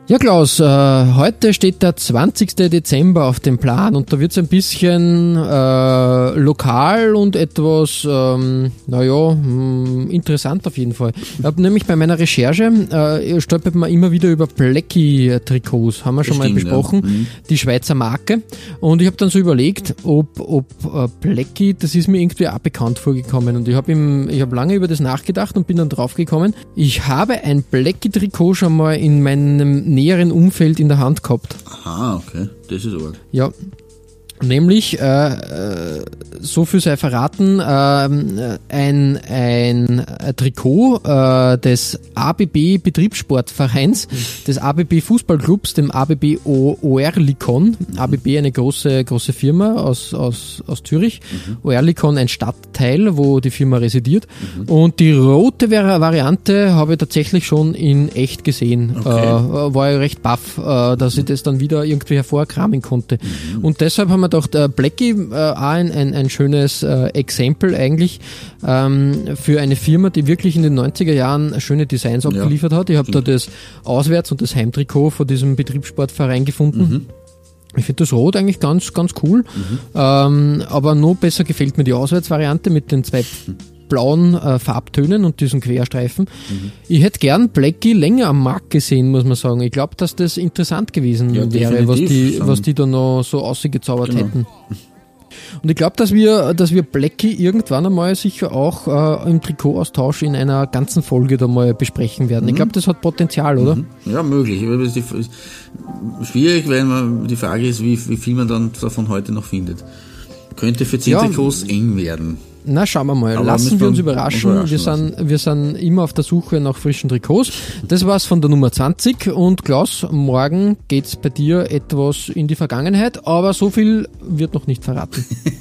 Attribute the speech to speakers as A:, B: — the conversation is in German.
A: Ja, Klaus, heute steht der 20. Dezember auf dem Plan und da wird es ein bisschen lokal und etwas, interessant auf jeden Fall. Ich habe nämlich bei meiner Recherche, stolpert man immer wieder über Blackie-Trikots, haben wir schon mal besprochen, ja. Die Schweizer Marke. Und ich habe dann so überlegt, ob Blackie, das ist mir irgendwie auch bekannt vorgekommen und ich habe lange über das nachgedacht und bin dann draufgekommen, ich habe ein Blackie-Trikot schon mal in meinem näheren Umfeld in der Hand gehabt.
B: Aha, okay. Das ist arg.
A: Ja. Nämlich, so viel sei verraten, ein Trikot des ABB Betriebssportvereins, des ABB Fußballclubs, dem ABB Oerlikon. ABB eine große Firma aus Zürich. Oerlikon ein Stadtteil, wo die Firma residiert. Und die rote Variante habe ich tatsächlich schon in echt gesehen.
B: Okay.
A: War ich recht baff, dass ich das dann wieder irgendwie hervorkramen konnte. Und deshalb haben wir gedacht, Blackie auch ein schönes Exempel eigentlich für eine Firma, die wirklich in den 90er Jahren schöne Designs abgeliefert hat. Ich habe da das Auswärts- und das Heimtrikot von diesem Betriebssportverein gefunden. Ich finde das Rot eigentlich ganz, ganz cool. Aber noch besser gefällt mir die Auswärtsvariante mit den zwei blauen Farbtönen und diesen Querstreifen. Ich hätte gern Blackie länger am Markt gesehen, muss man sagen. Ich glaube, dass das interessant gewesen wäre, was die da noch so ausgezaubert hätten. Und ich glaube, dass wir Blackie irgendwann einmal sicher auch im Trikotaustausch in einer ganzen Folge da mal besprechen werden. Ich glaube, das hat Potenzial, oder?
B: Ja, möglich. Schwierig, weil die Frage ist, wie viel man dann davon heute noch findet. Könnte für 10 Trikots eng werden.
A: Na, schauen wir mal. Lassen wir uns überraschen. Wir sind immer auf der Suche nach frischen Trikots. Das war's von der Nummer 20. Und Klaus, morgen geht's bei dir etwas in die Vergangenheit, aber so viel wird noch nicht verraten.